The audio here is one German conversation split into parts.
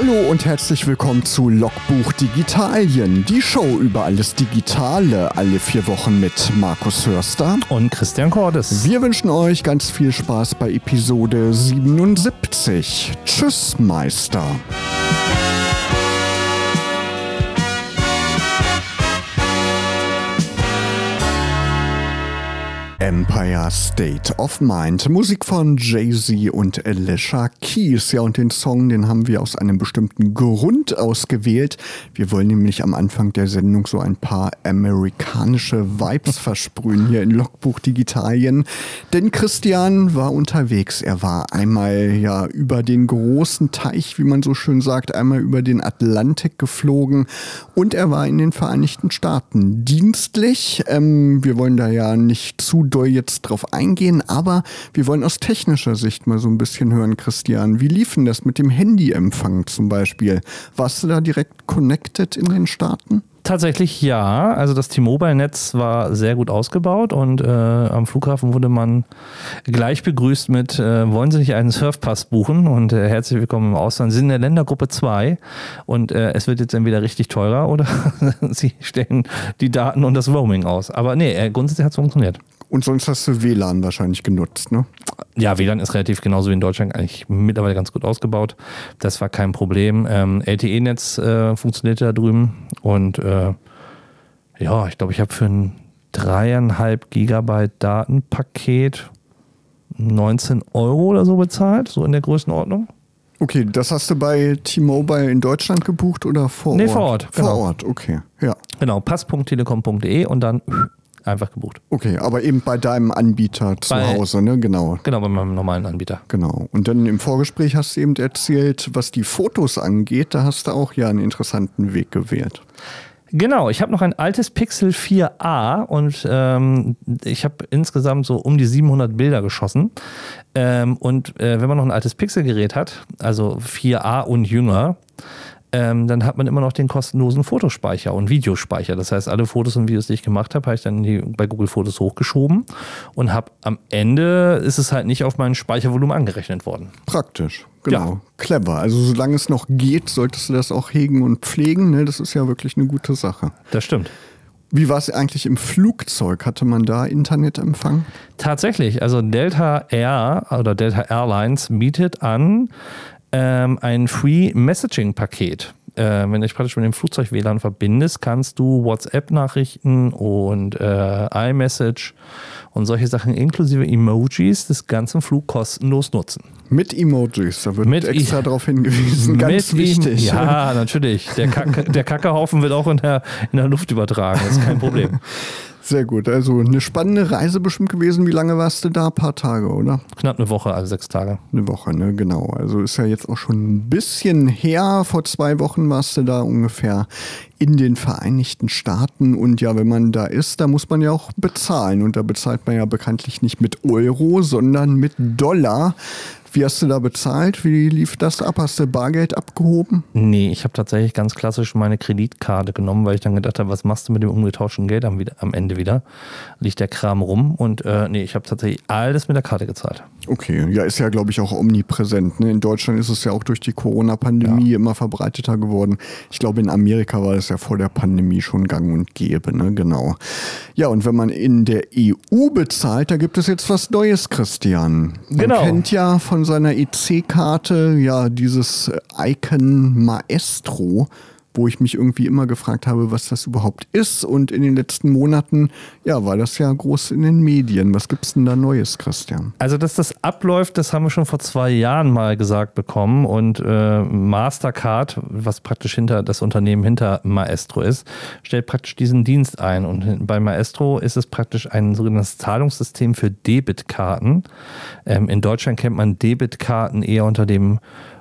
Hallo und herzlich willkommen zu Logbuch Digitalien, die Show über alles Digitale, alle 4 Wochen mit Markus Hörster und Christian Cordes. Wir wünschen euch ganz viel Spaß bei Episode 77. Tschüss, Meister. Empire State of Mind. Musik von Jay-Z und Alicia Keys. Ja, und den Song, den haben wir aus einem bestimmten Grund ausgewählt. Wir wollen nämlich am Anfang der Sendung so ein paar amerikanische Vibes versprühen hier in Logbuch Digitalien. Denn Christian war unterwegs. Er war einmal ja über den großen Teich, wie man so schön sagt, einmal über den Atlantik geflogen und er war in den Vereinigten Staaten dienstlich. Wir wollen da ja nicht zu doll jetzt drauf eingehen, aber wir wollen aus technischer Sicht mal so ein bisschen hören, Christian. Wie lief denn das mit dem Handyempfang zum Beispiel? Warst du da direkt connected in den Staaten? Tatsächlich ja, also das T-Mobile-Netz war sehr gut ausgebaut und am Flughafen wurde man gleich begrüßt mit wollen Sie nicht einen Surfpass buchen und herzlich willkommen im Ausland. Sie sind in der Ländergruppe 2 und es wird jetzt entweder richtig teurer oder Sie stellen die Daten und das Roaming aus. Aber nee, grundsätzlich hat es funktioniert. Und sonst hast du WLAN wahrscheinlich genutzt, ne? Ja, WLAN ist relativ genauso wie in Deutschland eigentlich mittlerweile ganz gut ausgebaut. Das war kein Problem. LTE-Netz funktionierte da drüben und ja, ich glaube, ich habe für ein 3,5 Gigabyte Datenpaket 19 Euro oder so bezahlt, so in der Größenordnung. Okay, das hast du bei T-Mobile in Deutschland gebucht oder vor Ort? Nee, vor Ort. Vor Genau. Ort, okay, ja. Genau, pass.telekom.de und dann einfach gebucht. Okay, aber eben bei deinem Anbieter zu Hause, ne? Genau. Genau, bei meinem normalen Anbieter. Genau. Und dann im Vorgespräch hast du eben erzählt, was die Fotos angeht, da hast du auch ja einen interessanten Weg gewählt. Genau, ich habe noch ein altes Pixel 4a und ich habe insgesamt so um die 700 Bilder geschossen. Wenn man noch ein altes Pixelgerät hat, also 4a und jünger, dann hat man immer noch den kostenlosen Fotospeicher und Videospeicher. Das heißt, alle Fotos und Videos, die ich gemacht habe, habe ich dann bei Google Fotos hochgeschoben und habe am Ende ist es halt nicht auf mein Speichervolumen angerechnet worden. Praktisch, genau. Ja. Clever. Also solange es noch geht, solltest du das auch hegen und pflegen. Ne? Das ist ja wirklich eine gute Sache. Das stimmt. Wie war es eigentlich im Flugzeug? Hatte man da Internetempfang? Tatsächlich. Also Delta Air oder Delta Airlines bietet an, ein Free-Messaging-Paket. Wenn du dich praktisch mit dem Flugzeug-WLAN verbindest, kannst du WhatsApp-Nachrichten und iMessage und solche Sachen inklusive Emojis des ganzen Flug kostenlos nutzen. Mit Emojis, da wird extra darauf hingewiesen, ganz wichtig. Ja, natürlich. Der Kackehaufen wird auch in der Luft übertragen, das ist kein Problem. Sehr gut, also eine spannende Reise bestimmt gewesen. Wie lange warst du da? Ein paar Tage, oder? Knapp eine Woche, also 6 Tage. Eine Woche, ne, genau. Also ist ja jetzt auch schon ein bisschen her. Vor 2 Wochen warst du da ungefähr in den Vereinigten Staaten. Und ja, wenn man da ist, da muss man ja auch bezahlen. Und da bezahlt man ja bekanntlich nicht mit Euro, sondern mit Dollar. Wie hast du da bezahlt? Wie lief das ab? Hast du Bargeld abgehoben? Nee, ich habe tatsächlich ganz klassisch meine Kreditkarte genommen, weil ich dann gedacht habe, was machst du mit dem umgetauschten Geld am Ende wieder? Liegt der Kram rum und ich habe tatsächlich alles mit der Karte gezahlt. Okay, ja, ist ja, glaube ich, auch omnipräsent. Ne? In Deutschland ist es ja auch durch die Corona-Pandemie immer verbreiteter geworden. Ich glaube, in Amerika war das ja vor der Pandemie schon gang und gäbe, ne? Genau. Ja, und wenn man in der EU bezahlt, da gibt es jetzt was Neues, Christian. Man kennt ja von seiner EC-Karte ja dieses Icon Maestro, wo ich mich irgendwie immer gefragt habe, was das überhaupt ist. Und in den letzten Monaten, ja, war das ja groß in den Medien. Was gibt's denn da Neues, Christian? Also, dass das abläuft, das haben wir schon vor 2 Jahren mal gesagt bekommen. Und Mastercard, was praktisch das Unternehmen hinter Maestro ist, stellt praktisch diesen Dienst ein. Und bei Maestro ist es praktisch ein sogenanntes Zahlungssystem für Debitkarten. In Deutschland kennt man Debitkarten eher unter dem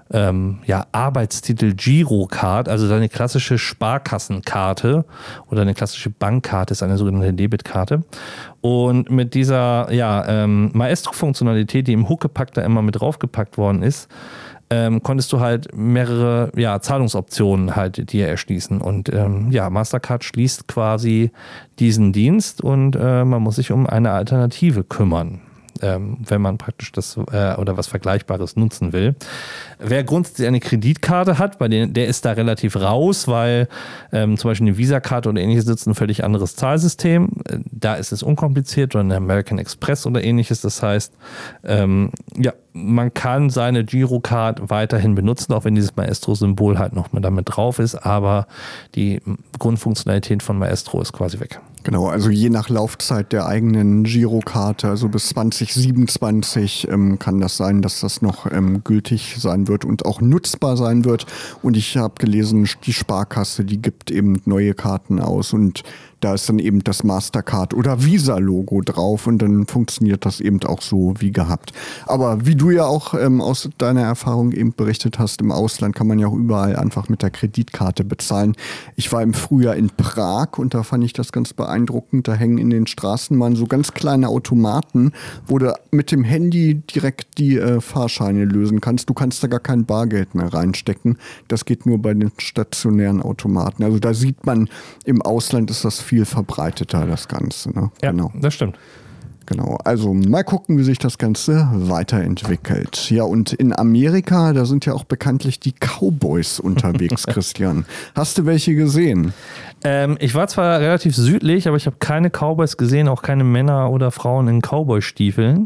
Arbeitstitel Girocard, also deine klassische Sparkassenkarte oder eine klassische Bankkarte ist eine sogenannte Debitkarte. Und mit dieser Maestro-Funktionalität, die im Huckepack da immer mit draufgepackt worden ist, konntest du halt mehrere Zahlungsoptionen halt dir erschließen. Und Mastercard schließt quasi diesen Dienst und man muss sich um eine Alternative kümmern. wenn man praktisch das oder was Vergleichbares nutzen will. Wer grundsätzlich eine Kreditkarte hat, der ist da relativ raus, weil zum Beispiel eine Visa-Karte oder ähnliches sitzt ein völlig anderes Zahlsystem. Da ist es unkompliziert, oder eine American Express oder ähnliches. Das heißt, man kann seine Girocard weiterhin benutzen, auch wenn dieses Maestro-Symbol halt noch mal damit drauf ist, aber die Grundfunktionalität von Maestro ist quasi weg. Genau, also je nach Laufzeit der eigenen Girokarte, also bis 2027 kann das sein, dass das noch gültig sein wird und auch nutzbar sein wird. Und ich habe gelesen, die Sparkasse, die gibt eben neue Karten aus und da ist dann eben das Mastercard- oder Visa-Logo drauf und dann funktioniert das eben auch so wie gehabt. Aber wie du ja auch aus deiner Erfahrung eben berichtet hast, im Ausland kann man ja auch überall einfach mit der Kreditkarte bezahlen. Ich war im Frühjahr in Prag und da fand ich das ganz beeindruckend. Da hängen in den Straßenbahnen so ganz kleine Automaten, wo du mit dem Handy direkt die Fahrscheine lösen kannst. Du kannst da gar kein Bargeld mehr reinstecken. Das geht nur bei den stationären Automaten. Also da sieht man, im Ausland ist das viel verbreiteter, das Ganze. Ne? Ja, genau. Das stimmt. Genau, also mal gucken, wie sich das Ganze weiterentwickelt. Ja, und in Amerika, da sind ja auch bekanntlich die Cowboys unterwegs, Christian. Hast du welche gesehen? Ich war zwar relativ südlich, aber ich habe keine Cowboys gesehen, auch keine Männer oder Frauen in Cowboy-Stiefeln.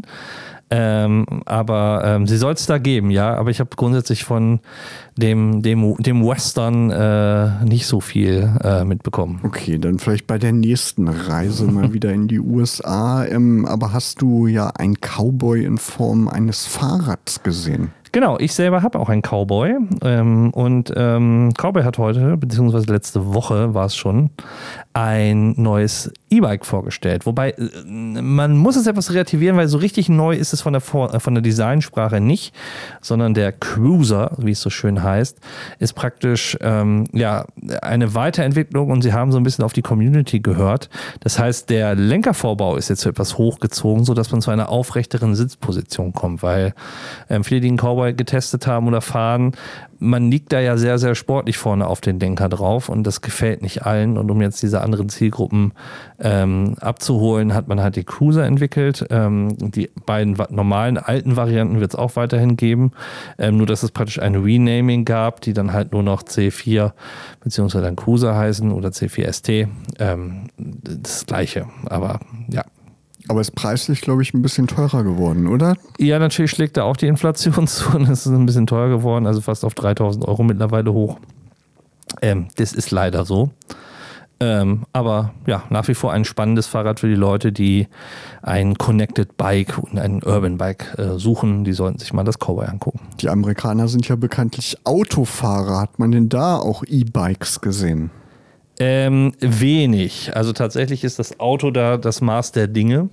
Aber sie soll es da geben, ja. Aber ich habe grundsätzlich von dem Western nicht so viel mitbekommen. Okay, dann vielleicht bei der nächsten Reise mal wieder in die USA. Aber hast du ja einen Cowboy in Form eines Fahrrads gesehen? Genau, ich selber habe auch einen Cowboy Cowboy hat heute, beziehungsweise letzte Woche war es schon, ein neues E-Bike vorgestellt. Wobei, man muss es etwas relativieren, weil so richtig neu ist es von der Designsprache nicht, sondern der Cruiser, wie es so schön heißt, ist praktisch eine Weiterentwicklung und sie haben so ein bisschen auf die Community gehört. Das heißt, der Lenkervorbau ist jetzt so etwas hochgezogen, sodass man zu einer aufrechteren Sitzposition kommt, weil viele, die einen Cowboy getestet haben oder fahren, man liegt da ja sehr, sehr sportlich vorne auf den Lenker drauf und das gefällt nicht allen. Und um jetzt diese anderen Zielgruppen abzuholen, hat man halt die Cruiser entwickelt. Die beiden normalen alten Varianten wird es auch weiterhin geben. Nur, dass es praktisch ein Renaming gab, die dann halt nur noch C4 beziehungsweise dann Cruiser heißen oder C4 ST. Das Gleiche, aber ja. Aber ist preislich, glaube ich, ein bisschen teurer geworden, oder? Ja, natürlich schlägt da auch die Inflation zu und es ist ein bisschen teurer geworden, also fast auf 3.000 € mittlerweile hoch. Das ist leider so. Aber ja, nach wie vor ein spannendes Fahrrad für die Leute, die ein Connected Bike und ein Urban Bike suchen. Die sollten sich mal das Cowboy angucken. Die Amerikaner sind ja bekanntlich Autofahrer. Hat man denn da auch E-Bikes gesehen? Wenig. Also tatsächlich ist das Auto da das Maß der Dinge.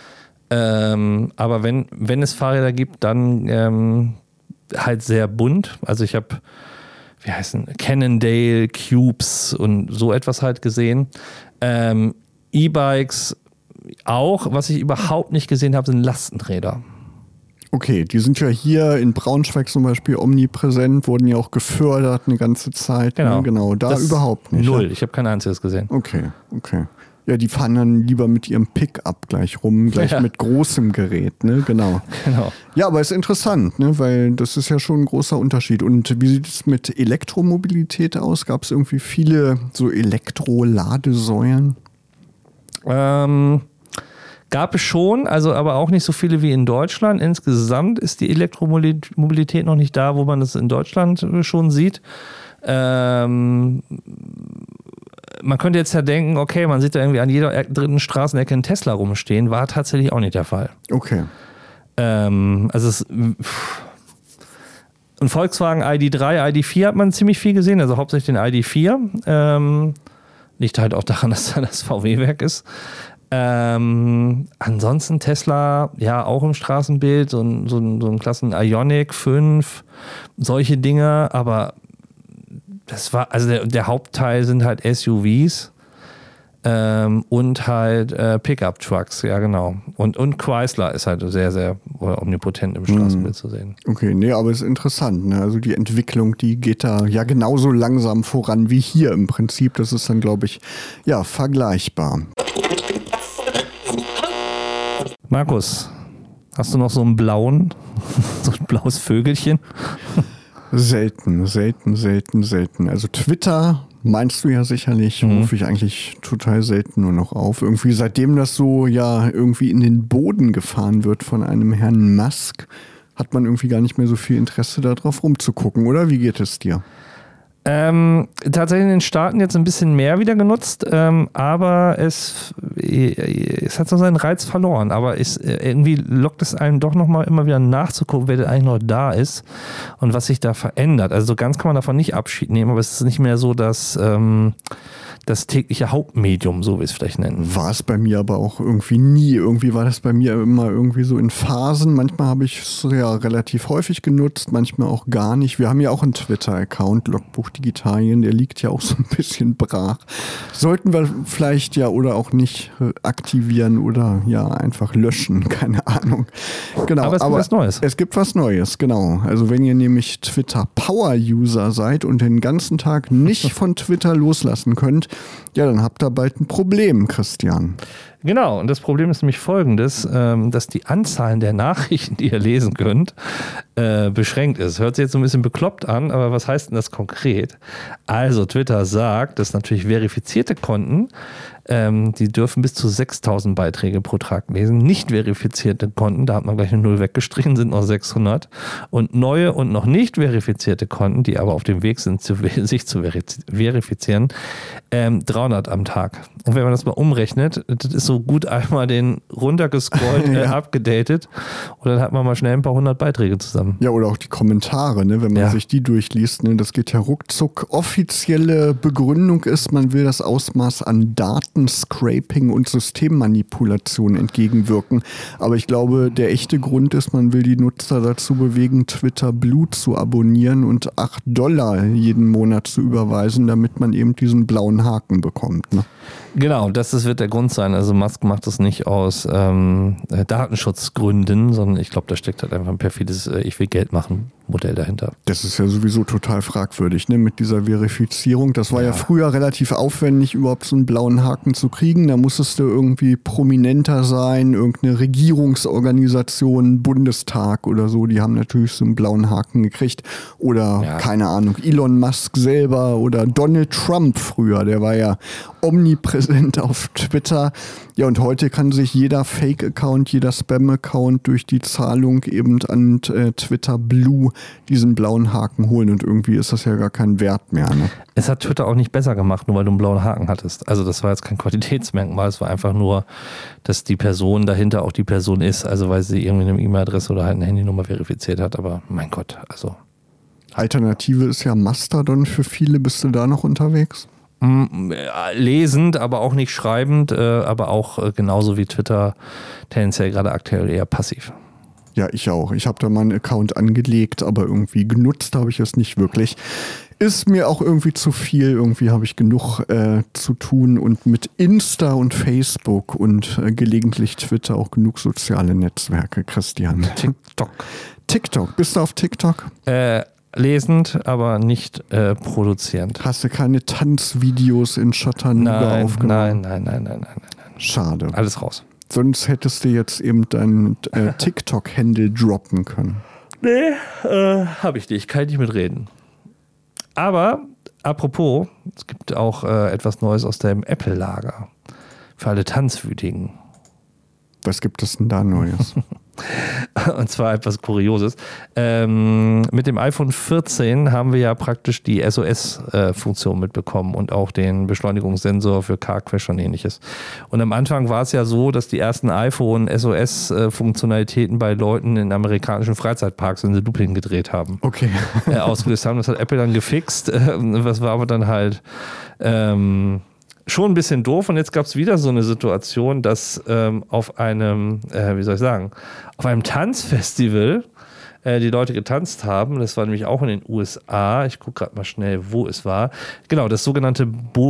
Aber wenn es Fahrräder gibt, dann halt sehr bunt. Also ich habe, Cannondale, Cubes und so etwas halt gesehen. E-Bikes auch. Was ich überhaupt nicht gesehen habe, sind Lastenräder. Okay, die sind ja hier in Braunschweig zum Beispiel omnipräsent, wurden ja auch gefördert eine ganze Zeit. Genau, ne? Genau, da das überhaupt nicht. Null, Ja? ich habe kein einziges gesehen. Okay. Ja, die fahren dann lieber mit ihrem Pickup gleich rum, mit großem Gerät, ne? Genau. Ja, aber ist interessant, ne? Weil das ist ja schon ein großer Unterschied. Und wie sieht es mit Elektromobilität aus? Gab es irgendwie viele so Elektroladesäulen? Gab es schon, also aber auch nicht so viele wie in Deutschland. Insgesamt ist die Elektromobilität noch nicht da, wo man das in Deutschland schon sieht. Man könnte jetzt ja denken, okay, man sieht da irgendwie an jeder dritten Straßenecke einen Tesla rumstehen. War tatsächlich auch nicht der Fall. Okay. Und Volkswagen ID3, ID4 hat man ziemlich viel gesehen, also hauptsächlich den ID4. Liegt halt auch daran, dass da das VW-Werk ist. Ansonsten Tesla, ja, auch im Straßenbild, so ein klassen Ioniq 5, solche Dinge, aber das war, also der Hauptteil sind halt SUVs und halt Pickup-Trucks, ja genau. Und Chrysler ist halt sehr, sehr omnipotent im Straßenbild zu sehen. Okay, nee, aber ist interessant, ne? Also die Entwicklung, die geht da ja genauso langsam voran wie hier im Prinzip. Das ist dann, glaube ich, ja, vergleichbar. Markus, Hast du noch so einen blauen, so ein blaues Vögelchen? Selten. Also Twitter meinst du ja sicherlich, rufe ich eigentlich total selten nur noch auf. Irgendwie seitdem das so ja irgendwie in den Boden gefahren wird von einem Herrn Musk, hat man irgendwie gar nicht mehr so viel Interesse darauf rumzugucken, oder? Wie geht es dir? Tatsächlich in den Staaten jetzt ein bisschen mehr wieder genutzt, aber es hat so seinen Reiz verloren. Aber irgendwie lockt es einen doch nochmal immer wieder nachzugucken, wer denn eigentlich noch da ist und was sich da verändert. Also so ganz kann man davon nicht Abschied nehmen, aber es ist nicht mehr so, dass das tägliche Hauptmedium, so wie es vielleicht nennen. War es bei mir aber auch irgendwie nie. Irgendwie war das bei mir immer irgendwie so in Phasen. Manchmal habe ich es ja relativ häufig genutzt, manchmal auch gar nicht. Wir haben ja auch einen Twitter-Account, Logbuch Digitalien, der liegt ja auch so ein bisschen brach. Sollten wir vielleicht ja oder auch nicht aktivieren oder ja einfach löschen, keine Ahnung. Genau, aber es gibt was Neues. Es gibt was Neues, genau. Also wenn ihr nämlich Twitter-Power-User seid und den ganzen Tag nicht von Twitter loslassen könnt, ja, dann habt ihr bald ein Problem, Christian. Genau, und das Problem ist nämlich folgendes, dass die Anzahl der Nachrichten, die ihr lesen könnt, beschränkt ist. Hört sich jetzt so ein bisschen bekloppt an, aber was heißt denn das konkret? Also Twitter sagt, dass natürlich verifizierte Konten, die dürfen bis zu 6.000 Beiträge pro Tag lesen. Nicht verifizierte Konten, da hat man gleich eine 0 weggestrichen, sind noch 600. Und neue und noch nicht verifizierte Konten, die aber auf dem Weg sind, sich zu verifizieren, 300 am Tag. Und wenn man das mal umrechnet, das ist so gut einmal den runtergescrollt, abgedatet und dann hat man mal schnell ein paar 100 Beiträge zusammen. Ja, oder auch die Kommentare, ne, wenn man sich die durchliest, ne, das geht ja ruckzuck. Offizielle Begründung ist, man will das Ausmaß an Datenscraping und Systemmanipulation entgegenwirken. Aber ich glaube, der echte Grund ist, man will die Nutzer dazu bewegen, Twitter Blue zu abonnieren und $8 jeden Monat zu überweisen, damit man eben diesen blauen Haken bekommt. Ne? Genau, das wird der Grund sein. Also Musk macht das nicht aus Datenschutzgründen, sondern ich glaube, da steckt halt einfach ein perfides Ich will Geld machen Modell dahinter. Das ist ja sowieso total fragwürdig, ne, mit dieser Verifizierung. Das war ja früher relativ aufwendig, überhaupt so einen blauen Haken zu kriegen. Da musstest du irgendwie prominenter sein, irgendeine Regierungsorganisation, Bundestag oder so, die haben natürlich so einen blauen Haken gekriegt. Oder, keine Ahnung, Elon Musk selber oder Donald Trump früher, der war ja omnipräsent auf Twitter. Ja, und heute kann sich jeder Fake-Account, jeder Spam-Account durch die Zahlung eben an Twitter Blue diesen blauen Haken holen und irgendwie ist das ja gar kein Wert mehr. Ne? Es hat Twitter auch nicht besser gemacht, nur weil du einen blauen Haken hattest. Also das war jetzt kein Qualitätsmerkmal, es war einfach nur, dass die Person dahinter auch die Person ist, also weil sie irgendwie eine E-Mail-Adresse oder halt eine Handynummer verifiziert hat, aber mein Gott, also. Alternative ist ja Mastodon für viele, bist du da noch unterwegs? Lesend, aber auch nicht schreibend, aber auch genauso wie Twitter tendenziell gerade aktuell eher passiv. Ja, ich auch. Ich habe da meinen Account angelegt, aber irgendwie genutzt habe ich es nicht wirklich. Ist mir auch irgendwie zu viel. Irgendwie habe ich genug zu tun und mit Insta und Facebook und gelegentlich Twitter auch genug soziale Netzwerke, Christian. TikTok. Bist du auf TikTok? Lesend, aber nicht produzierend. Hast du keine Tanzvideos in Chattanooga aufgenommen? Nein. Schade. Alles raus. Sonst hättest du jetzt eben deinen TikTok-Handle droppen können. Nee, habe ich nicht. Kann ich nicht mitreden. Aber, apropos, es gibt auch etwas Neues aus dem Apple-Lager. Für alle Tanzwütigen. Was gibt es denn da Neues? Und zwar etwas Kurioses. Mit dem iPhone 14 haben wir ja praktisch die SOS-Funktion mitbekommen und auch den Beschleunigungssensor für Car Crash und ähnliches. Und am Anfang war es ja so, dass die ersten iPhone SOS-Funktionalitäten bei Leuten in amerikanischen Freizeitparks, wenn sie Looping gedreht haben, ausgelöst haben. Das hat Apple dann gefixt. Was war aber dann halt schon ein bisschen doof und jetzt gab es wieder so eine Situation, dass auf einem, auf einem Tanzfestival die Leute getanzt haben. Das war nämlich auch in den USA. Ich gucke gerade mal schnell, wo es war. Genau, das sogenannte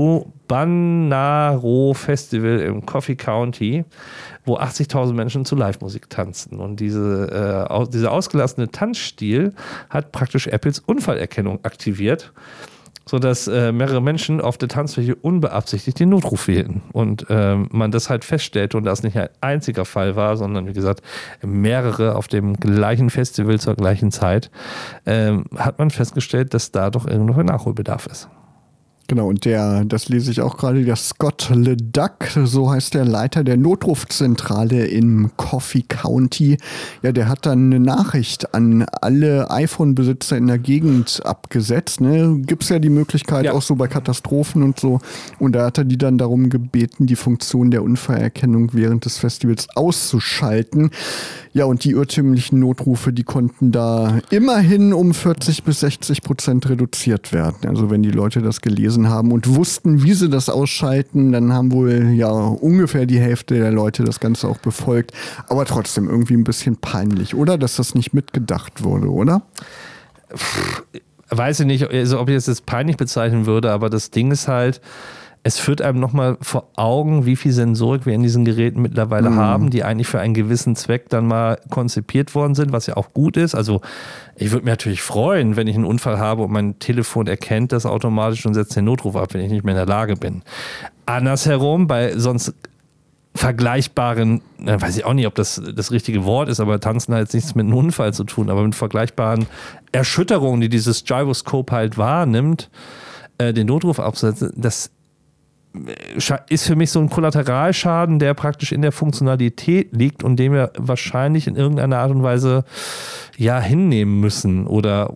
Banaro Festival im Coffee County, wo 80.000 Menschen zu Live-Musik tanzten. Und dieser ausgelassene Tanzstil hat praktisch Apples Unfallerkennung aktiviert. sodass mehrere Menschen auf der Tanzfläche unbeabsichtigt den Notruf wählten. Und man das halt feststellte und das nicht ein einziger Fall war, sondern wie gesagt, mehrere auf dem gleichen Festival zur gleichen Zeit, hat man festgestellt, dass da doch irgendwo ein Nachholbedarf ist. Genau, und das lese ich auch gerade, der Scott Leduc, so heißt der Leiter der Notrufzentrale im Coffee County. Ja, der hat dann eine Nachricht an alle iPhone-Besitzer in der Gegend abgesetzt. Ne? Gibt es ja die Möglichkeit, auch so bei Katastrophen und so. Und da hat er die dann darum gebeten, die Funktion der Unfallerkennung während des Festivals auszuschalten. Ja, und die irrtümlichen Notrufe, die konnten da immerhin um 40-60% reduziert werden. Also wenn die Leute das gelesen haben und wussten, wie sie das ausschalten, dann haben wohl ja ungefähr die Hälfte der Leute das Ganze auch befolgt. Aber trotzdem irgendwie ein bisschen peinlich, oder? Dass das nicht mitgedacht wurde, oder? Weiß ich nicht, also ob ich es jetzt peinlich bezeichnen würde, aber das Ding ist halt, es führt einem nochmal vor Augen, wie viel Sensorik wir in diesen Geräten mittlerweile haben, die eigentlich für einen gewissen Zweck dann mal konzipiert worden sind, was ja auch gut ist. Also ich würde mich natürlich freuen, wenn ich einen Unfall habe und mein Telefon erkennt das automatisch und setzt den Notruf ab, wenn ich nicht mehr in der Lage bin. Andersherum, bei sonst vergleichbaren, weiß ich auch nicht, ob das richtige Wort ist, aber Tanzen hat jetzt nichts mit einem Unfall zu tun, aber mit vergleichbaren Erschütterungen, die dieses Gyroscope halt wahrnimmt, den Notruf absetzen, das ist für mich so ein Kollateralschaden, der praktisch in der Funktionalität liegt und den wir wahrscheinlich in irgendeiner Art und Weise hinnehmen müssen. Oder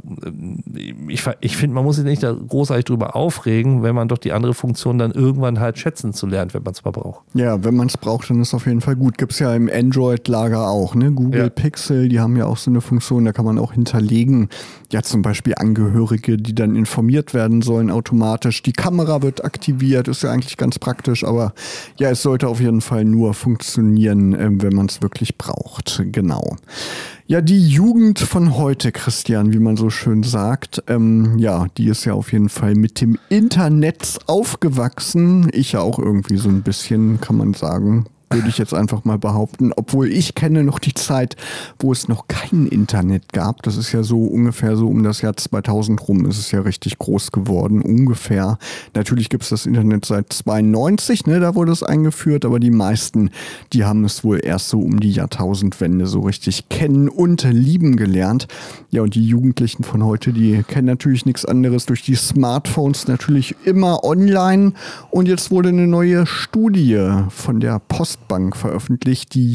ich finde, man muss sich nicht da großartig drüber aufregen, wenn man doch die andere Funktion dann irgendwann halt schätzen zu lernen, wenn man es mal braucht. Ja, wenn man es braucht, dann ist es auf jeden Fall gut. Gibt es ja im Android-Lager auch, ne? Google Pixel, die haben ja auch so eine Funktion, da kann man auch hinterlegen, ja zum Beispiel Angehörige, die dann informiert werden sollen automatisch. Die Kamera wird aktiviert, ist ja eigentlich ganz praktisch, aber ja, es sollte auf jeden Fall nur funktionieren, wenn man es wirklich braucht. Genau. Ja, die Jugend von heute, Christian, wie man so schön sagt, die ist ja auf jeden Fall mit dem Internet aufgewachsen. Ich ja auch irgendwie so ein bisschen, kann man sagen. Würde ich jetzt einfach mal behaupten, obwohl ich kenne noch die Zeit, wo es noch kein Internet gab. Das ist ja so ungefähr so um das Jahr 2000 rum, ist es ja richtig groß geworden, ungefähr. Natürlich gibt es das Internet seit 92, ne, da wurde es eingeführt, aber die meisten, die haben es wohl erst so um die Jahrtausendwende so richtig kennen und lieben gelernt. Ja, und die Jugendlichen von heute, die kennen natürlich nichts anderes durch die Smartphones, natürlich immer online. Und jetzt wurde eine neue Studie von der Postbank veröffentlicht, die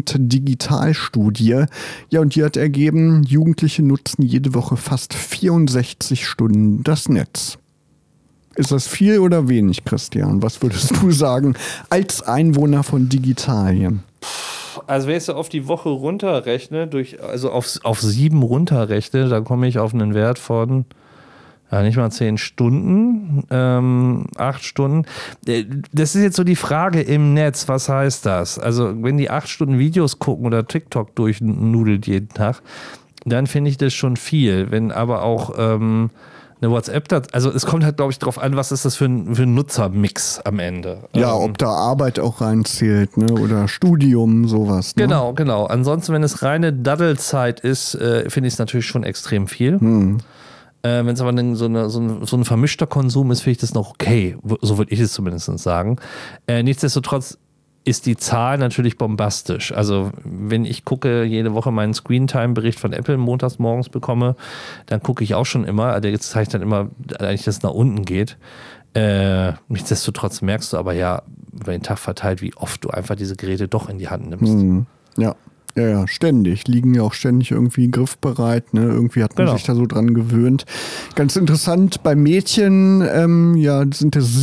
Jugend-Digital-Studie. Ja, und die hat ergeben, Jugendliche nutzen jede Woche fast 64 Stunden das Netz. Ist das viel oder wenig, Christian? Was würdest du sagen als Einwohner von Digitalien? Also wenn ich so auf die Woche runterrechne, auf 7 runterrechne, dann komme ich auf einen Wert von nicht mal 10 Stunden, 8 Stunden. Das ist jetzt so die Frage im Netz, was heißt das? Also wenn die 8 Stunden Videos gucken oder TikTok durchnudelt jeden Tag, dann finde ich das schon viel. Wenn aber auch eine WhatsApp, also es kommt halt, glaube ich, darauf an, was ist das für ein Nutzermix am Ende. Ja, ob da Arbeit auch reinzählt, ne? Oder Studium, sowas. Ne? Genau. Ansonsten, wenn es reine Daddelzeit ist, finde ich es natürlich schon extrem viel. Wenn es aber so ein vermischter Konsum ist, finde ich das noch okay. So würde ich es zumindest sagen. Nichtsdestotrotz ist die Zahl natürlich bombastisch. Also wenn ich gucke, jede Woche meinen Screentime-Bericht von Apple montags morgens bekomme, dann gucke ich auch schon immer, der zeigt dann immer eigentlich, dass es nach unten geht. Nichtsdestotrotz merkst du aber ja über den Tag verteilt, wie oft du einfach diese Geräte doch in die Hand nimmst. Ja. Ja, ständig. Liegen ja auch ständig irgendwie griffbereit. Ne? Irgendwie hat man sich da so dran gewöhnt. Ganz interessant, bei Mädchen sind es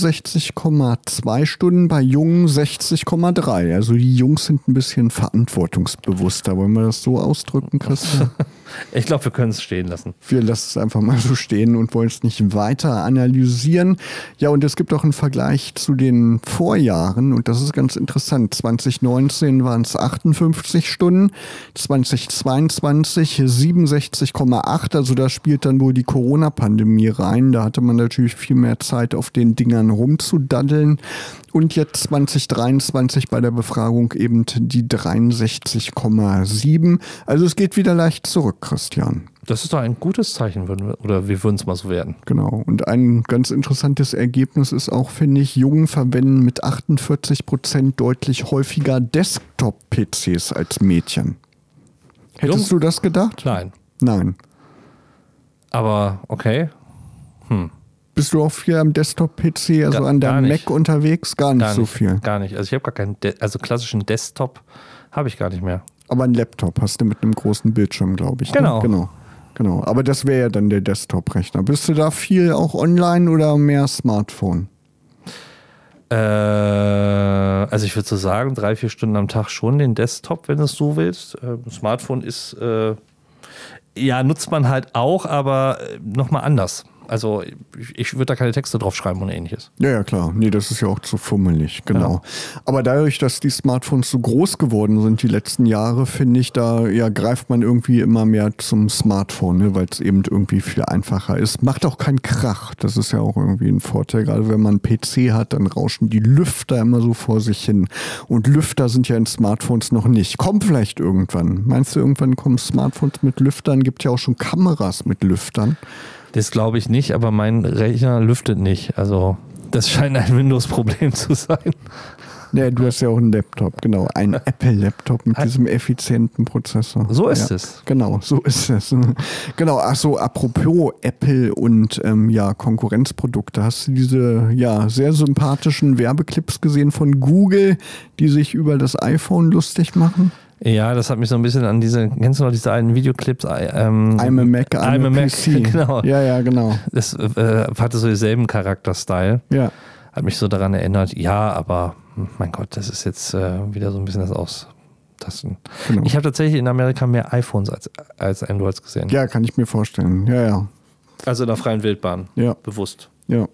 67,2 Stunden, bei Jungen 60,3. Also die Jungs sind ein bisschen verantwortungsbewusster. Wollen wir das so ausdrücken, Christian? Ich glaube, wir können es stehen lassen. Wir lassen es einfach mal so stehen und wollen es nicht weiter analysieren. Ja, und es gibt auch einen Vergleich zu den Vorjahren und das ist ganz interessant. 2019 waren es 58 Stunden, 2022 67,8. Also da spielt dann wohl die Corona-Pandemie rein. Da hatte man natürlich viel mehr Zeit, auf den Dingern rumzudaddeln. Und jetzt 2023 bei der Befragung eben die 63,7. Also es geht wieder leicht zurück. TikTok, Christian. Das ist doch ein gutes Zeichen, oder wir würden es mal so werden. Genau. Und ein ganz interessantes Ergebnis ist auch, finde ich, Jungen verwenden mit 48% deutlich häufiger Desktop-PCs als Mädchen. Hättest du das gedacht? Nein. Nein. Aber okay. Bist du auch viel am Desktop-PC, also an deinem Mac unterwegs? Gar nicht so viel. Gar nicht. Also ich habe gar keinen, also klassischen Desktop habe ich gar nicht mehr. Aber einen Laptop hast du mit einem großen Bildschirm, glaube ich. Genau. Ne? Genau. Aber das wäre ja dann der Desktop-Rechner. Bist du da viel auch online oder mehr Smartphone? Also ich würde so sagen, 3-4 Stunden am Tag schon den Desktop, wenn du es so willst. Smartphone ist, nutzt man halt auch, aber nochmal anders. Also ich würde da keine Texte drauf schreiben und ähnliches. Ja, klar. Nee, das ist ja auch zu fummelig, genau. Aber dadurch, dass die Smartphones so groß geworden sind die letzten Jahre, finde ich, da greift man irgendwie immer mehr zum Smartphone, ne, weil es eben irgendwie viel einfacher ist. Macht auch keinen Krach. Das ist ja auch irgendwie ein Vorteil. Gerade wenn man einen PC hat, dann rauschen die Lüfter immer so vor sich hin. Und Lüfter sind ja in Smartphones noch nicht. Kommt vielleicht irgendwann. Meinst du, irgendwann kommen Smartphones mit Lüftern? Gibt ja auch schon Kameras mit Lüftern. Das glaube ich nicht, aber mein Rechner lüftet nicht. Also das scheint ein Windows-Problem zu sein. Ja, du hast ja auch einen Laptop, genau. Ein Apple-Laptop mit diesem effizienten Prozessor. So ist es. Genau, so ist es. Genau, ach so, apropos Apple und Konkurrenzprodukte. Hast du diese sehr sympathischen Werbeclips gesehen von Google, die sich über das iPhone lustig machen? Ja, das hat mich so ein bisschen an kennst du noch diese alten Videoclips? I'm a Mac, I'm a PC. Genau. Ja, genau. Das hatte so denselben Charakter-Style. Ja. Hat mich so daran erinnert, aber mein Gott, das ist jetzt wieder so ein bisschen das Austasten. Genau. Ich habe tatsächlich in Amerika mehr iPhones als Androids gesehen. Ja, kann ich mir vorstellen. Ja. Also in der freien Wildbahn. Ja. Bewusst.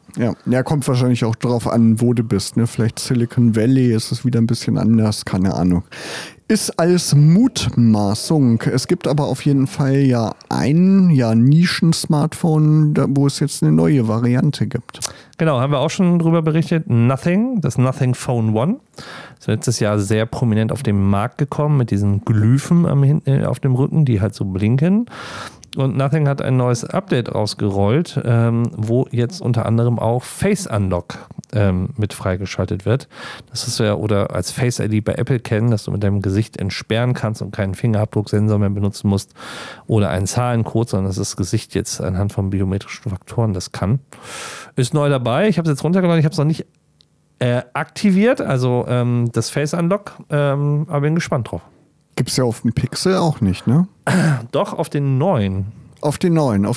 Ja, kommt wahrscheinlich auch drauf an, wo du bist. Ne? Vielleicht Silicon Valley ist es wieder ein bisschen anders, keine Ahnung. Ist alles Mutmaßung. Es gibt aber auf jeden Fall ein Nischen-Smartphone, wo es jetzt eine neue Variante gibt. Genau, haben wir auch schon drüber berichtet. Das Nothing Phone One. Ist letztes Jahr sehr prominent auf den Markt gekommen mit diesen Glyphen auf dem Rücken, die halt so blinken. Und Nothing hat ein neues Update rausgerollt, wo jetzt unter anderem auch Face Unlock mit freigeschaltet wird. Das ist oder als Face ID bei Apple kennen, dass du mit deinem Gesicht entsperren kannst und keinen Fingerabdrucksensor mehr benutzen musst oder einen Zahlencode, sondern dass das Gesicht jetzt anhand von biometrischen Faktoren das kann. Ist neu dabei. Ich habe es jetzt runtergeladen. Ich habe es noch nicht aktiviert, also das Face Unlock, aber bin gespannt drauf. Gibt es ja auf dem Pixel auch nicht, ne? Doch, auf den neuen. Auf den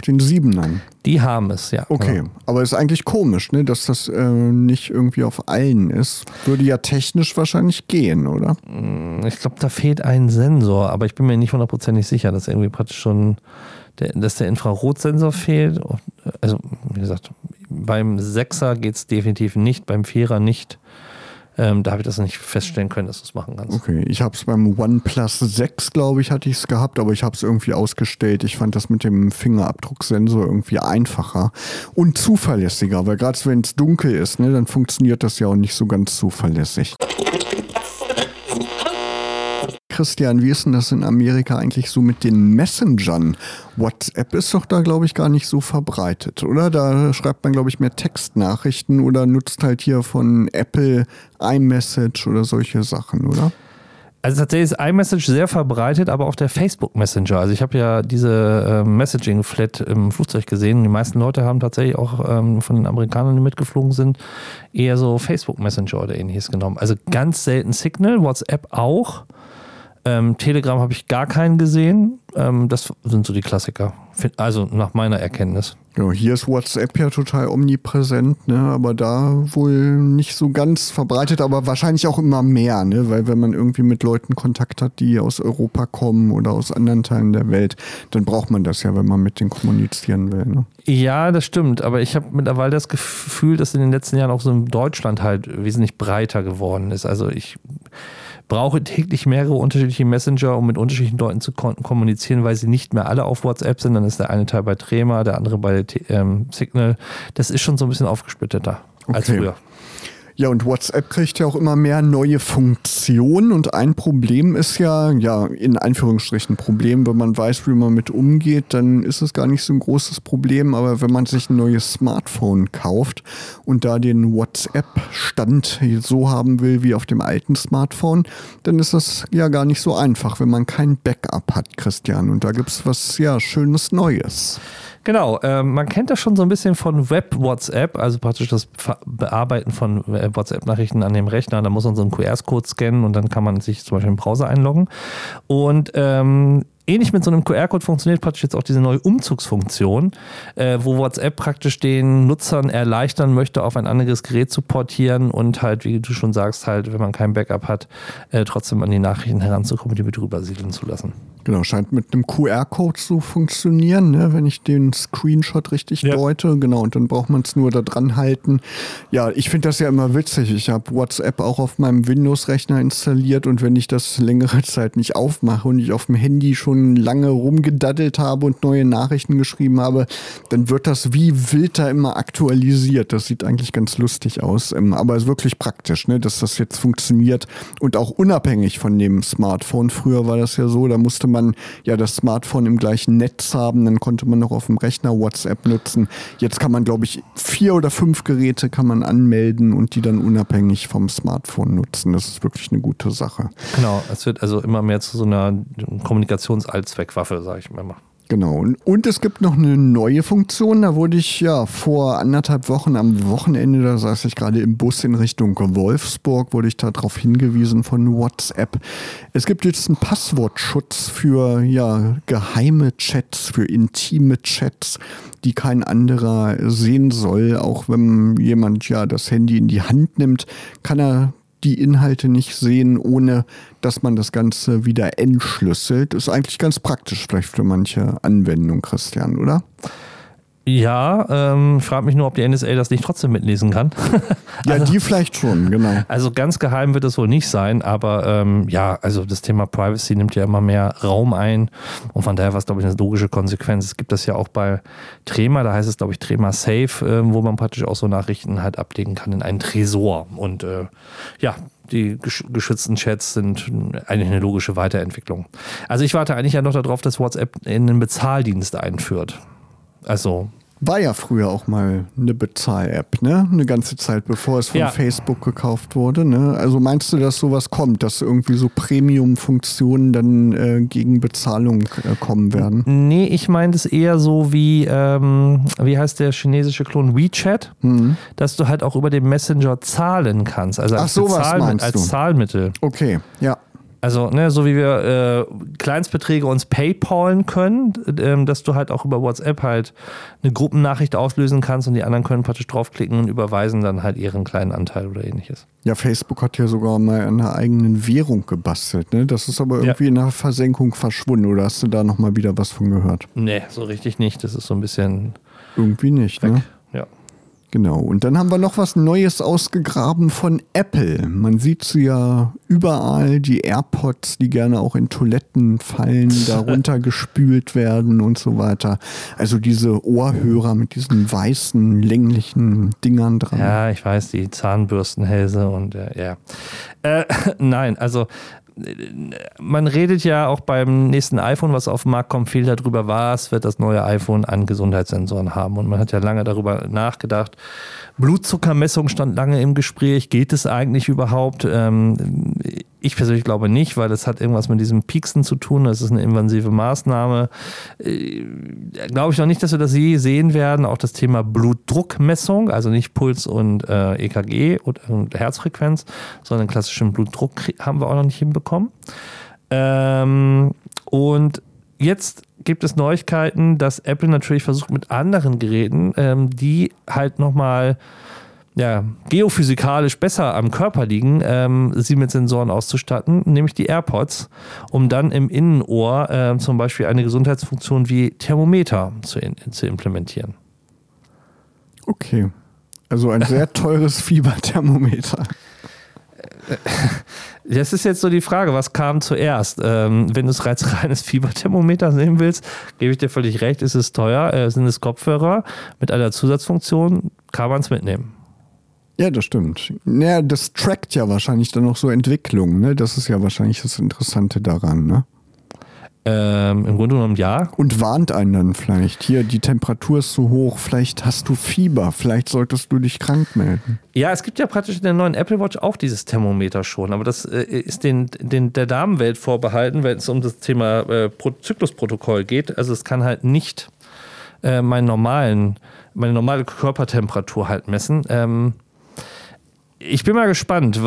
7ern. Die haben es, ja. Okay, aber ist eigentlich komisch, ne, dass das nicht irgendwie auf allen ist. Würde ja technisch wahrscheinlich gehen, oder? Ich glaube, da fehlt ein Sensor, aber ich bin mir nicht 100% sicher, dass irgendwie praktisch schon dass der Infrarotsensor fehlt. Also, wie gesagt, beim 6er geht es definitiv nicht, beim 4er nicht. Da habe ich das nicht feststellen können, dass du es machen kannst. Okay, ich habe es beim OnePlus 6, glaube ich, hatte ich es gehabt, aber ich habe es irgendwie ausgestellt. Ich fand das mit dem Fingerabdrucksensor irgendwie einfacher und zuverlässiger, weil gerade wenn es dunkel ist, ne, dann funktioniert das ja auch nicht so ganz zuverlässig. Christian, wie ist denn das in Amerika eigentlich so mit den Messengern? WhatsApp ist doch da, glaube ich, gar nicht so verbreitet, oder? Da schreibt man, glaube ich, mehr Textnachrichten oder nutzt halt hier von Apple iMessage oder solche Sachen, oder? Also tatsächlich ist iMessage sehr verbreitet, aber auch der Facebook Messenger. Also ich habe ja diese Messaging-Flat im Flugzeug gesehen. Die meisten Leute haben tatsächlich auch von den Amerikanern, die mitgeflogen sind, eher so Facebook Messenger oder ähnliches genommen. Also ganz selten Signal, WhatsApp auch. Telegram habe ich gar keinen gesehen. Das sind so die Klassiker. Also nach meiner Erkenntnis. Ja, hier ist WhatsApp ja total omnipräsent, ne? Aber da wohl nicht so ganz verbreitet, aber wahrscheinlich auch immer mehr, ne? Weil wenn man irgendwie mit Leuten Kontakt hat, die aus Europa kommen oder aus anderen Teilen der Welt, dann braucht man das ja, wenn man mit denen kommunizieren will. Ne? Ja, das stimmt. Aber ich habe mittlerweile das Gefühl, dass in den letzten Jahren auch so in Deutschland halt wesentlich breiter geworden ist. Also ich brauche täglich mehrere unterschiedliche Messenger, um mit unterschiedlichen Leuten zu kommunizieren, weil sie nicht mehr alle auf WhatsApp sind. Dann ist der eine Teil bei Trema, der andere bei Signal. Das ist schon so ein bisschen aufgesplitterter als früher. Ja, und WhatsApp kriegt ja auch immer mehr neue Funktionen und ein Problem ist ja, in Anführungsstrichen Problem, wenn man weiß, wie man mit umgeht, dann ist es gar nicht so ein großes Problem, aber wenn man sich ein neues Smartphone kauft und da den WhatsApp-Stand so haben will wie auf dem alten Smartphone, dann ist das ja gar nicht so einfach, wenn man kein Backup hat, Christian. Und da gibt es was, Schönes Neues. Genau, man kennt das schon so ein bisschen von Web-WhatsApp, also praktisch das Bearbeiten von WhatsApp-Nachrichten an dem Rechner. Da muss man so einen QR-Code scannen und dann kann man sich zum Beispiel im Browser einloggen. Und ähnlich mit so einem QR-Code funktioniert praktisch jetzt auch diese neue Umzugsfunktion, wo WhatsApp praktisch den Nutzern erleichtern möchte, auf ein anderes Gerät zu portieren und halt, wie du schon sagst, halt, wenn man kein Backup hat, trotzdem an die Nachrichten heranzukommen und die mit rübersiedeln zu lassen. Genau, scheint mit einem QR-Code zu funktionieren, ne, wenn ich den Screenshot richtig deute. Genau, und dann braucht man es nur da dran halten. Ja, ich finde das ja immer witzig. Ich habe WhatsApp auch auf meinem Windows-Rechner installiert und wenn ich das längere Zeit nicht aufmache und ich auf dem Handy schon lange rumgedaddelt habe und neue Nachrichten geschrieben habe, dann wird das wie wild da immer aktualisiert. Das sieht eigentlich ganz lustig aus, aber es ist wirklich praktisch, ne, dass das jetzt funktioniert und auch unabhängig von dem Smartphone. Früher war das ja so, da musste man ja das Smartphone im gleichen Netz haben, dann konnte man noch auf dem Rechner WhatsApp nutzen. Jetzt kann man, glaube ich, 4 oder 5 Geräte kann man anmelden und die dann unabhängig vom Smartphone nutzen. Das ist wirklich eine gute Sache. Genau, es wird also immer mehr zu so einer Kommunikationsallzweckwaffe, sage ich mal. Genau. Und es gibt noch eine neue Funktion. Da wurde ich vor 1,5 Wochen am Wochenende, da saß ich gerade im Bus in Richtung Wolfsburg, wurde ich da darauf hingewiesen von WhatsApp. Es gibt jetzt einen Passwortschutz für geheime Chats, für intime Chats, die kein anderer sehen soll. Auch wenn jemand das Handy in die Hand nimmt, kann er die Inhalte nicht sehen, ohne dass man das Ganze wieder entschlüsselt. Ist eigentlich ganz praktisch vielleicht für manche Anwendung, Christian, oder? Ja, ich frage mich nur, ob die NSA das nicht trotzdem mitlesen kann. Also, die vielleicht schon, genau. Also ganz geheim wird es wohl nicht sein, aber also das Thema Privacy nimmt ja immer mehr Raum ein und von daher war es, glaube ich, eine logische Konsequenz. Es gibt das ja auch bei Trema, da heißt es, glaube ich, Trema Safe, wo man praktisch auch so Nachrichten halt ablegen kann in einen Tresor und die geschützten Chats sind eigentlich eine logische Weiterentwicklung. Also ich warte eigentlich ja noch darauf, dass WhatsApp in einen Bezahldienst einführt. Also war ja früher auch mal eine Bezahl-App, ne? Eine ganze Zeit, bevor es von Facebook gekauft wurde, ne? Also meinst du, dass sowas kommt, dass irgendwie so Premium-Funktionen dann gegen Bezahlung kommen werden? Nee, ich meine das eher so wie heißt der chinesische Klon WeChat, dass du halt auch über den Messenger zahlen kannst. Also als Zahlmittel. Okay, ja. Also, so wie wir Kleinstbeträge uns PayPalen können, dass du halt auch über WhatsApp halt eine Gruppennachricht auslösen kannst und die anderen können praktisch draufklicken und überweisen dann halt ihren kleinen Anteil oder ähnliches. Ja, Facebook hat ja sogar mal eine eigenen Währung gebastelt, ne? Das ist aber irgendwie in der Versenkung verschwunden, oder hast du da nochmal wieder was von gehört? Nee, so richtig nicht. Das ist so ein bisschen irgendwie nicht, weg. Ne? Ja. Genau, und dann haben wir noch was Neues ausgegraben von Apple. Man sieht sie ja überall, die AirPods, die gerne auch in Toiletten fallen, darunter gespült werden und so weiter. Also diese Ohrhörer mit diesen weißen, länglichen Dingern dran. Ja, ich weiß, die Zahnbürstenhälse und nein, also man redet ja auch beim nächsten iPhone, was auf den Markt kommt, viel darüber, was wird das neue iPhone an Gesundheitssensoren haben. Und man hat ja lange darüber nachgedacht. Blutzuckermessung stand lange im Gespräch. Geht es eigentlich überhaupt? Ich persönlich glaube nicht, weil das hat irgendwas mit diesem Pieksen zu tun. Das ist eine invasive Maßnahme. Glaube ich noch nicht, dass wir das je sehen werden. Auch das Thema Blutdruckmessung, also nicht Puls und EKG und Herzfrequenz, sondern klassischen Blutdruck haben wir auch noch nicht hinbekommen. Und jetzt gibt es Neuigkeiten, dass Apple natürlich versucht mit anderen Geräten, die halt nochmal geophysikalisch besser am Körper liegen, sie mit Sensoren auszustatten, nämlich die AirPods, um dann im Innenohr zum Beispiel eine Gesundheitsfunktion wie Thermometer zu implementieren. Okay, also ein sehr teures Fieberthermometer. Das ist jetzt so die Frage, was kam zuerst? Wenn du es als reines Fieberthermometer nehmen willst, gebe ich dir völlig recht, ist es teuer. Sind es Kopfhörer mit einer Zusatzfunktion, kann man es mitnehmen. Ja, das stimmt. Ja, das trackt ja wahrscheinlich dann noch so Entwicklungen, ne? Das ist ja wahrscheinlich das Interessante daran, ne? Im Grunde genommen ja. Und warnt einen dann vielleicht, hier, die Temperatur ist so hoch, vielleicht hast du Fieber, vielleicht solltest du dich krank melden. Ja, es gibt ja praktisch in der neuen Apple Watch auch dieses Thermometer schon, aber das ist der Damenwelt vorbehalten, wenn es um das Thema Zyklusprotokoll geht. Also es kann halt nicht meine normale Körpertemperatur halt messen. Ich bin mal gespannt,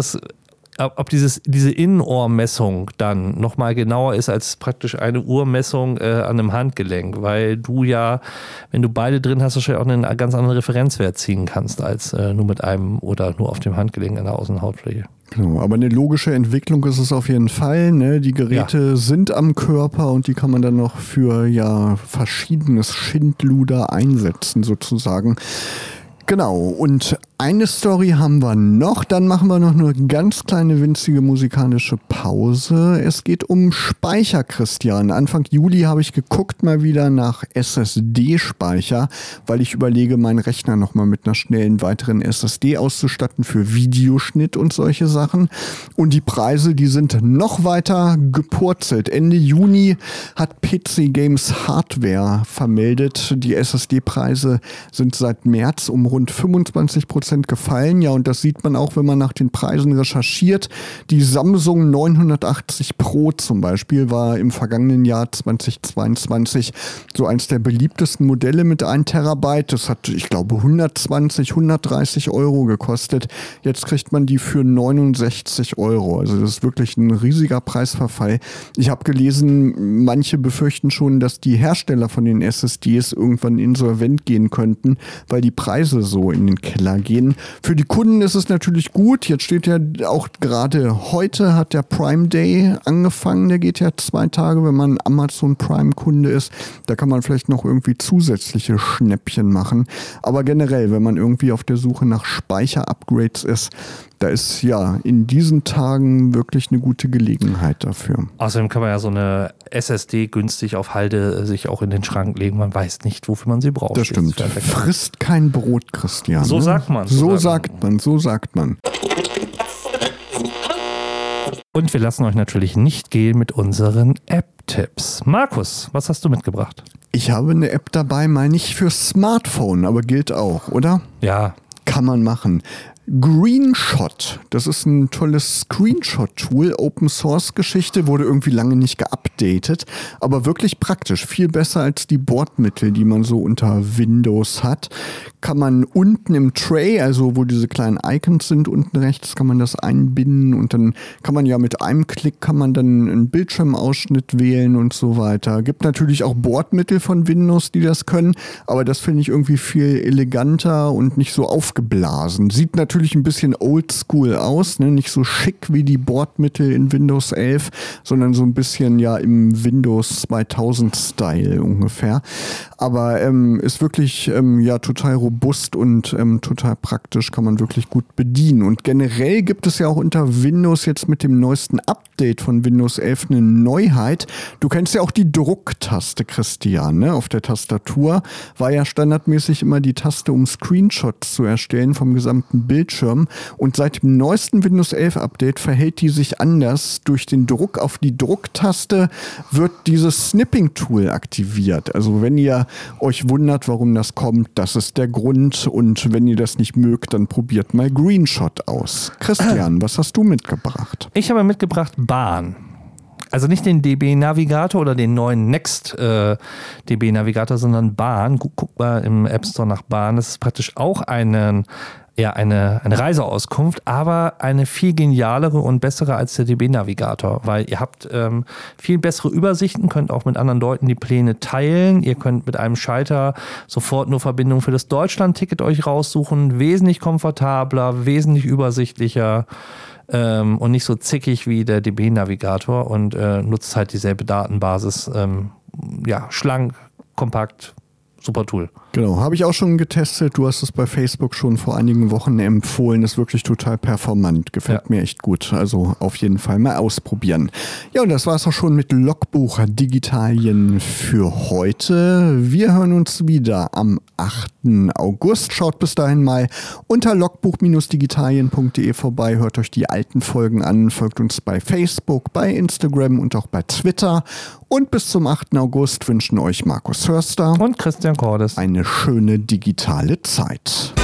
ob diese Innenohrmessung dann nochmal genauer ist als praktisch eine Uhrmessung an einem Handgelenk, weil du ja, wenn du beide drin hast, wahrscheinlich auch einen ganz anderen Referenzwert ziehen kannst, als nur mit einem oder nur auf dem Handgelenk an der Außenhautfläche. Genau, aber eine logische Entwicklung ist es auf jeden Fall, ne? Die Geräte sind am Körper und die kann man dann noch für verschiedenes Schindluder einsetzen sozusagen. Genau, und eine Story haben wir noch, dann machen wir noch eine ganz kleine winzige musikalische Pause. Es geht um Speicher, Christian. Anfang Juli habe ich geguckt mal wieder nach SSD-Speicher, weil ich überlege, meinen Rechner nochmal mit einer schnellen weiteren SSD auszustatten für Videoschnitt und solche Sachen. Und die Preise, die sind noch weiter gepurzelt. Ende Juni hat PC Games Hardware vermeldet, die SSD-Preise sind seit März um rund 25% gefallen. Ja, und das sieht man auch, wenn man nach den Preisen recherchiert. Die Samsung 980 Pro zum Beispiel war im vergangenen Jahr 2022 so eins der beliebtesten Modelle mit 1 Terabyte. Das hat, ich glaube, 120, 130 Euro gekostet. Jetzt kriegt man die für 69 Euro. Also das ist wirklich ein riesiger Preisverfall. Ich habe gelesen, manche befürchten schon, dass die Hersteller von den SSDs irgendwann insolvent gehen könnten, weil die Preise so in den Keller gehen. Für die Kunden ist es natürlich gut. Jetzt steht ja auch gerade heute hat der Prime Day angefangen. Der geht ja 2 Tage, wenn man Amazon Prime Kunde ist. Da kann man vielleicht noch irgendwie zusätzliche Schnäppchen machen. Aber generell, wenn man irgendwie auf der Suche nach Speicher-Upgrades ist, da ist ja in diesen Tagen wirklich eine gute Gelegenheit dafür. Außerdem kann man ja so eine SSD günstig auf Halde sich auch in den Schrank legen. Man weiß nicht, wofür man sie braucht. Das stimmt. Frisst kein Brot, Christian. So sagt man. So sagt man. Und wir lassen euch natürlich nicht gehen mit unseren App-Tipps. Markus, was hast du mitgebracht? Ich habe eine App dabei, mal nicht für Smartphone, aber gilt auch, oder? Ja. Kann man machen. Greenshot, das ist ein tolles Screenshot-Tool, Open-Source-Geschichte, wurde irgendwie lange nicht geupdatet, aber wirklich praktisch, viel besser als die Bordmittel, die man so unter Windows hat. Kann man unten im Tray, also wo diese kleinen Icons sind, unten rechts, kann man das einbinden und dann kann man ja mit einem Klick kann man dann einen Bildschirmausschnitt wählen und so weiter. Gibt natürlich auch Bordmittel von Windows, die das können, aber das finde ich irgendwie viel eleganter und nicht so aufgeblasen. Sieht natürlich ein bisschen oldschool aus, ne? Nicht so schick wie die Bordmittel in Windows 11, sondern so ein bisschen ja im Windows 2000 Style ungefähr. Aber ist wirklich ja total robust und total praktisch, kann man wirklich gut bedienen. Und generell gibt es ja auch unter Windows jetzt mit dem neuesten Update von Windows 11 eine Neuheit. Du kennst ja auch die Drucktaste, Christian, ne? Auf der Tastatur war ja standardmäßig immer die Taste, um Screenshots zu erstellen vom gesamten Bildschirm. Und seit dem neuesten Windows 11 Update verhält die sich anders. Durch den Druck auf die Drucktaste wird dieses Snipping-Tool aktiviert. Also wenn ihr euch wundert, warum das kommt, das ist der Grund. Und wenn ihr das nicht mögt, dann probiert mal Greenshot aus. Christian, was hast du mitgebracht? Ich habe mitgebracht Bahn. Also nicht den DB-Navigator oder den neuen Next DB-Navigator, sondern Bahn. Guck mal im App Store nach Bahn. Das ist praktisch auch eine Reiseauskunft, aber eine viel genialere und bessere als der DB-Navigator, weil ihr habt viel bessere Übersichten, könnt auch mit anderen Leuten die Pläne teilen, ihr könnt mit einem Schalter sofort nur Verbindung für das Deutschland-Ticket euch raussuchen, wesentlich komfortabler, wesentlich übersichtlicher und nicht so zickig wie der DB-Navigator und nutzt halt dieselbe Datenbasis, schlank, kompakt, super Tool. Genau, habe ich auch schon getestet. Du hast es bei Facebook schon vor einigen Wochen empfohlen. Ist wirklich total performant. Gefällt mir echt gut. Also auf jeden Fall mal ausprobieren. Ja, und das war es auch schon mit Logbuch Digitalien für heute. Wir hören uns wieder am 8. August. Schaut bis dahin mal unter logbuch-digitalien.de vorbei. Hört euch die alten Folgen an. Folgt uns bei Facebook, bei Instagram und auch bei Twitter. Und bis zum 8. August wünschen euch Markus Hörster und Christian Cordes eine schöne digitale Zeit.